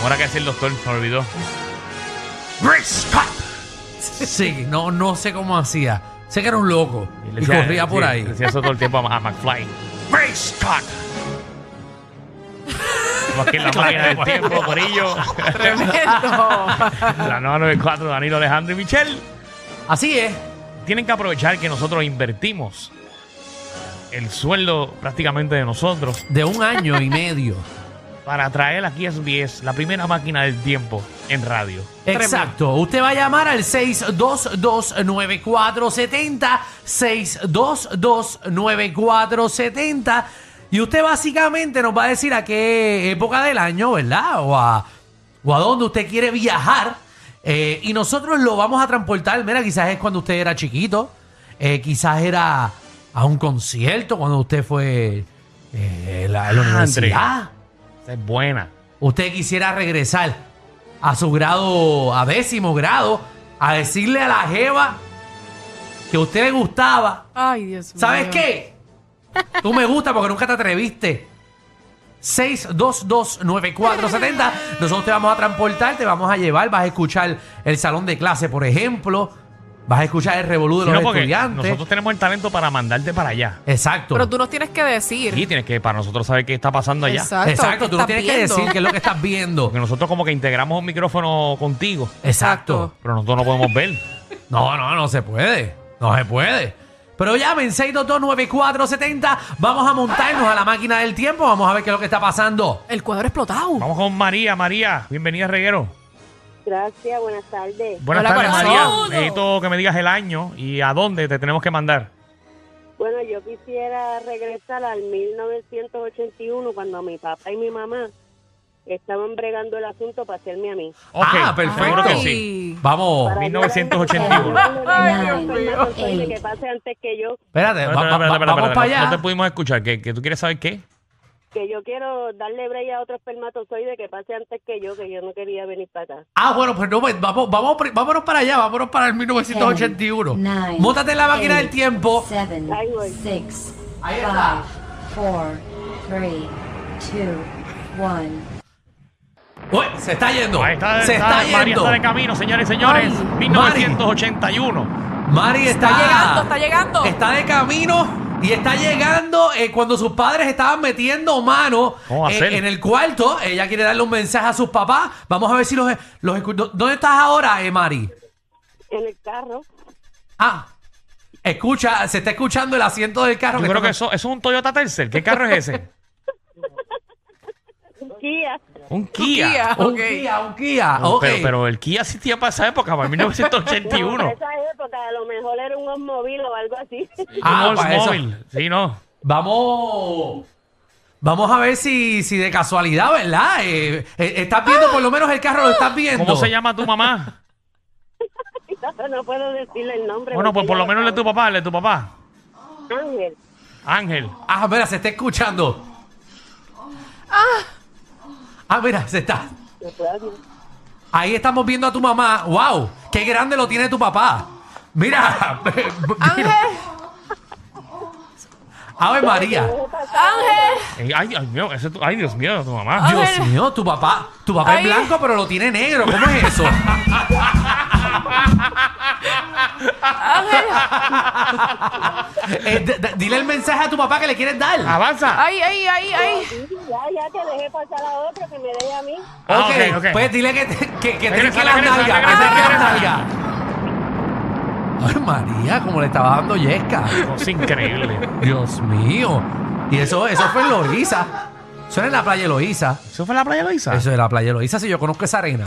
¿Cómo era que decía el doctor? Se me olvidó. Grace Scott. Sí, no sé cómo hacía. Sé que era un loco y corría por ahí. Le decía eso todo el tiempo a McFly. Grace Scott. Como aquí en la máquina del tiempo, Corillo. Tremendo. La 994, Danilo, Alejandro y Michelle. Así es. Tienen que aprovechar que nosotros invertimos el sueldo prácticamente de nosotros De 1 año y medio. para traer aquí a SBS la primera máquina del tiempo en radio. Exacto. Usted va a llamar al 622-9470, 622-9470, y usted básicamente nos va a decir a qué época del año, ¿verdad? O a dónde usted quiere viajar, y nosotros lo vamos a transportar. Mira, quizás es cuando usted era chiquito, quizás era a un concierto cuando usted fue a la universidad. Esa es buena. Usted quisiera regresar a su grado, a 10º grado, a decirle a la jeva que a usted le gustaba. Ay, Dios mío. ¿Sabes qué? Tú me gusta porque nunca te atreviste. 622-9470. Nosotros te vamos a transportar, te vamos a llevar, vas a escuchar el salón de clase, por ejemplo. Vas a escuchar el revolú de Sí, los no, porque estudiantes. nosotros tenemos el talento para mandarte para allá. Exacto. Pero tú nos tienes que decir. Y tienes que, para nosotros saber qué está pasando allá. Exacto, ¿qué tú nos estás tienes que viendo? decir qué es lo que estás viendo. Porque nosotros como que integramos un micrófono contigo, Exacto. pero nosotros no podemos ver. No se puede. No se puede. Pero llamen 622-9470. Vamos a montarnos a la máquina del tiempo. Vamos a ver qué es lo que está pasando. El cuadro explotado. Vamos con María. María, bienvenida a Reguero. Gracias, buenas tardes. Buenas Hola, tardes, corazón. María. Necesito que me digas el año y a dónde te tenemos que mandar. Bueno, yo quisiera regresar al 1981 cuando mi papá y mi mamá estaban bregando el asunto para hacerme a mí. Ok, perfecto. seguro que Ay. sí. Vamos. Para 1981. que pase antes que yo, Espérate, vamos Espera, para no allá. te pudimos escuchar. ¿Que tú quieres saber qué? que yo quiero darle break a otro espermatozoide que pase antes que yo no quería venir para acá. Bueno, pues no, pues vámonos para allá, vámonos para el 1981. 10, 9, Móntate en la máquina 8, del tiempo. 7, Ahí voy. 6, Ahí está. 5, 4, 3, 2, 1. Uy, se está yendo. Ahí está, se está María yendo. está de camino, señores y señores. Ay, 1981. Mari Está llegando, está llegando. Está de camino y está llegando cuando sus padres estaban metiendo mano ¿Cómo va a ser? en el cuarto. Ella quiere darle un mensaje a sus papás. Vamos a ver si los ¿Dónde estás ahora, Mari? En el carro. Escucha, se está escuchando el asiento del carro. Yo creo que está- eso es un Toyota Tercel. ¿Qué carro es ese? Kia. Un Kia. Un Ok. Kia, un Kia. Ok. Pero el Kia existía para esa época, para No, 1981. para esa época a lo mejor era un Oldsmobile o algo así. Un para eso. Oldsmobile. Sí, no. Vamos a ver si de casualidad, ¿verdad? ¿Estás viendo por lo menos el carro? ¿Lo estás viendo? ¿Cómo se llama tu mamá? No puedo decirle el nombre. Bueno, pues porque por lo ella menos el de tu papá, el de tu papá. sabe. Ángel. Ángel. Mira, se está escuchando. Mira, se está. ¿Me puedo decir? Ahí estamos viendo a tu mamá. ¡Wow! ¡Qué grande lo tiene tu papá! Mira. Ángel, Ave María. Ángel. Ay, ay, Dios mío, tu mamá. Dios mío, tu papá Ay. es blanco, pero lo tiene negro. ¿Cómo es eso? Ángel. Dile el mensaje a tu papá que le quieres dar. Avanza. Ay. Sí, ya que deje pasar a otro, que me deje a mí. Ok. Pues dile que trinque Regresa, las regresa, nalgas. Que regresa, trinque las regresa. nalgas. Ay, María, como le estaba dando yesca. Es increíble. Dios mío. Y eso fue en Loíza. Eso era en la playa de Loíza. ¿Eso fue en la playa Loíza? Eso es la playa de Loíza, si yo conozco esa arena.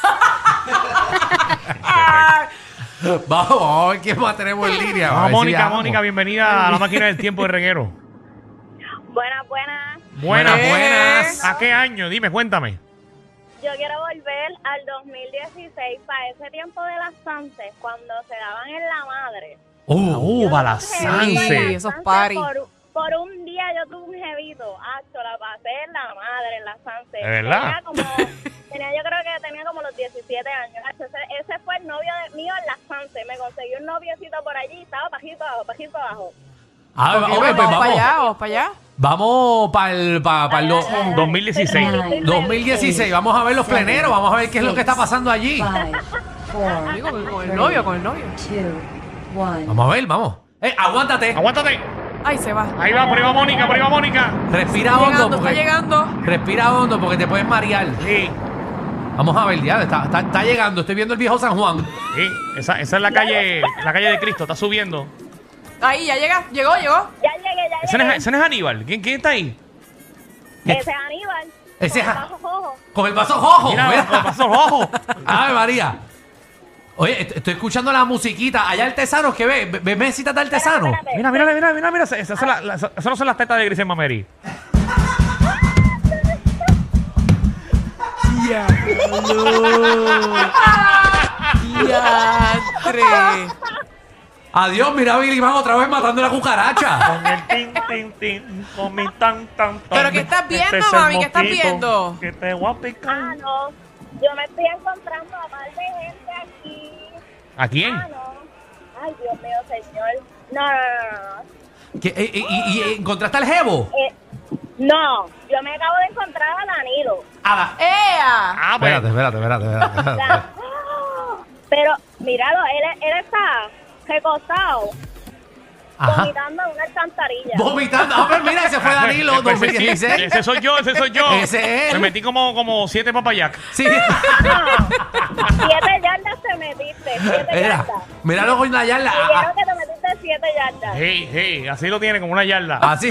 Vamos a ver quién más tenemos en línea. A ver si Mónica, llamamos. Mónica, bienvenida a la máquina del tiempo de Reguero. Buenas. Buenas. ¿A qué año? Dime, cuéntame. Yo quiero volver al 2016, para ese tiempo de las Sanses, cuando se daban en la madre. Para la Sí, Sanse. esos paris. Por un día yo tuve un jevito, la pasé en la madre, en la Sanse. ¿De verdad? Yo creo que tenía como los 17 años. Ese fue el novio mío en la Sanse. Me conseguí un noviecito por allí y estaba pajito abajo. Ok, pues Vamos para vamos. allá, vamos para allá. Vamos para el 2016. 2016. Vamos a ver los pleneros. Vamos a ver qué es lo que está pasando allí. 5, 4, Digo, con el novio, con el novio. 2, 1. Vamos a ver, vamos. Aguántate. Aguántate. Ay, se va. Ahí va, por ahí va Mónica, por ahí va Mónica. Respira hondo. Llegando, está Porque, llegando. respira hondo porque te puedes marear. Sí, Vamos a ver, ya. Está llegando. Estoy viendo el viejo San Juan. sí. Esa es la calle de Cristo, está subiendo. Ahí, ya llegó. Ya llegué, ya Ese llegué. no es Aníbal. ¿Quién está ahí? Ese es Aníbal. Ese es Con el bajo rojo. con el vaso rojo. Mira, Mira. con el vaso rojo. Ave María. Oye, estoy escuchando la musiquita. Hay artesanos que ve mesitas de artesano. Espérate. Mira. Esas no son las tetas de Grisel Mameri. ¡Diantre! Adiós, mira a Billy Van otra vez matando la cucaracha. Con el tin, con mi tan. ¿Pero qué estás viendo, Este es el mami? ¿Qué estás mosquito viendo? Que te voy a picar. Ah, no. Yo me estoy encontrando a par de gente aquí. ¿A quién? Ah, no. Ay, Dios mío, señor. No. ¿Y encontraste al jevo? No, yo me acabo de encontrar a Danilo. ¡Ea! Ah, pues. Espérate. Pero, míralo, él está recostado, Ajá. vomitando en una alcantarilla. Vomitando. Ah, pero mira, ese fue Danilo, Pues sí, 2016. Ese soy yo. Ese es él. Me metí como 7 papayac. Sí. No, 7 yardas te metiste, 7 Mira, yardas. míralo con la yarda. Y quiero que te metiste 7 yardas. Hey, así lo tiene, como una yarda. Así.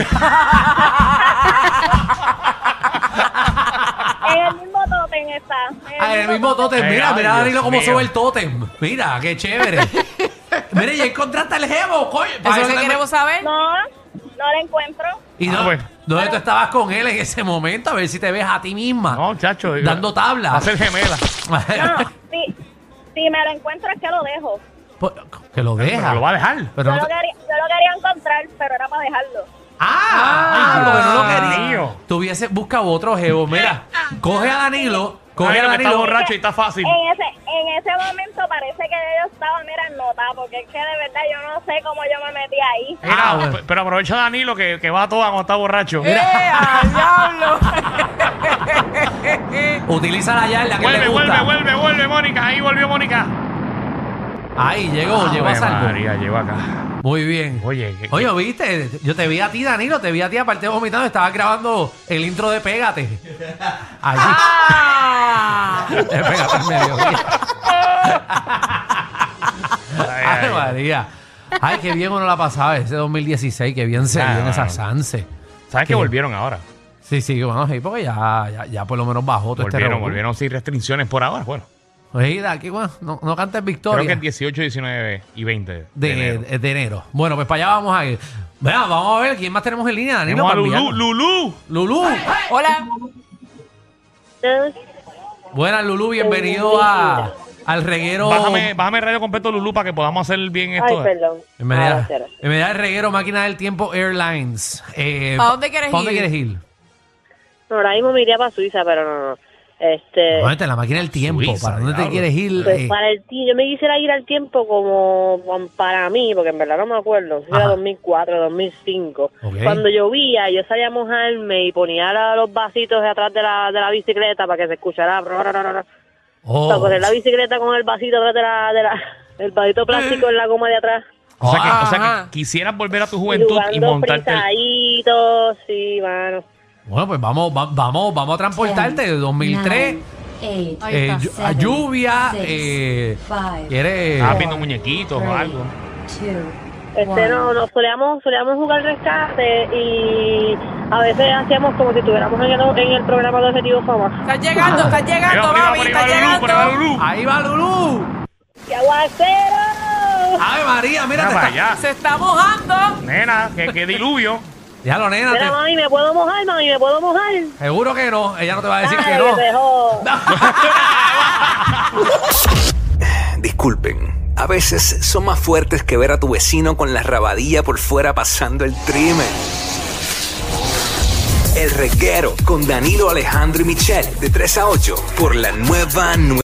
En el mismo tótem está. En el mismo tótem. Mira, Ay, mira a Danilo Dios cómo mío. sube el tótem. Mira, qué chévere. Mira, ya encontraste al jevo, coño. ¿Eso es lo que Parece- queremos saber? No lo encuentro. Y no, pues. ¿dónde tú estabas con él en ese momento? A ver si te ves a ti misma. No, chacho. Dando tabla. Va a ser gemela. No, si me lo encuentro es que lo dejo. Que lo deja. Pero lo va a dejar. Pero Yo no lo te- quería encontrar, pero era para dejarlo. porque no lo quería. mío. Tú hubieses buscado otro jevo. Mira, coge a Danilo. Coge Mira a que está Danilo. borracho y está fácil. En ese momento parece que yo estaba, mira, ennotada, porque es que de verdad yo no sé cómo yo me metí ahí. Mira, bueno. pero aprovecha a Danilo que va a toda cuando está borracho. ¡Ea, diablo! Utiliza la yarda que le gusta. Vuelve, Mónica. Ahí volvió Mónica. Ahí llegó a Ave salvo. María, llegó acá. Muy bien. Oye, Oye, ¿viste? Yo te vi a ti, Danilo, te vi a ti aparte de vomitando. Estabas grabando el intro de Pégate. Allí. ¡Ah! Pégate en medio. Ay, ay. María. Ay, qué bien uno la pasaba ese 2016. Qué bien se vio en Claro. esa Sanse. ¿Sabes que volvieron ahora? Sí, bueno, sí, porque ya por lo menos bajó todo este Volvieron sin restricciones por ahora. Bueno, Oye, aquí, bueno, no cantes victoria. creo que el 18, 19 y 20 de enero. Bueno, pues para allá vamos a ir. Vea, vamos a ver quién más tenemos en línea, Danilo. Tenemos a para enviarnos. Lulú. Lulú. Hola. Buenas, Lulú, bienvenido al reguero. Bájame el radio completo, Lulú, para que podamos hacer bien esto. perdón. Bienvenida al reguero Máquina del Tiempo Airlines. ¿Para dónde quieres ¿para dónde ir? quieres ir? No, ahora mismo me iría para Suiza, pero no. ¿Dónde está la máquina del tiempo? Suiza, ¿Para dónde te diablo. quieres ir? Pues para el tiempo, yo me quisiera ir al tiempo como para mí, porque en verdad no me acuerdo, si era Ajá. 2004, 2005. Ok. Cuando llovía, yo salía a mojarme y ponía los vasitos de atrás de la bicicleta para que se escuchara. Oh. Para poner la bicicleta con el vasito atrás el vasito plástico en la goma de atrás. O sea, Ajá. que quisieras volver a tu Y juventud y jugando montarte. frisaditos, sí, mano. Bueno, pues vamos a transportarte de 2003. 8, Ahí está. A lluvia. 6, 5, ¿Quieres? Estabas viendo muñequitos o algo. 2, 1. Nos solíamos jugar rescate y a veces hacíamos como si estuviéramos en el programa de Objetivo Fama. Estás llegando, mami, estás Por ahí va llegando. Lulú. Ahí va Lulú. ¡Qué aguacero! Ave María, mira, Mira te para está- allá. Se está mojando. Nena, que diluvio. Ya lo, nena. Mira, mami, ¿me puedo mojar, mami? ¿Me puedo mojar? Seguro que no. Ella no te va a decir Ay, que no. te jodo. Disculpen, a veces son más fuertes que ver a tu vecino con la rabadilla por fuera pasando el trimen. El reguero con Danilo, Alejandro y Michelle de 3 a 8 por la nueva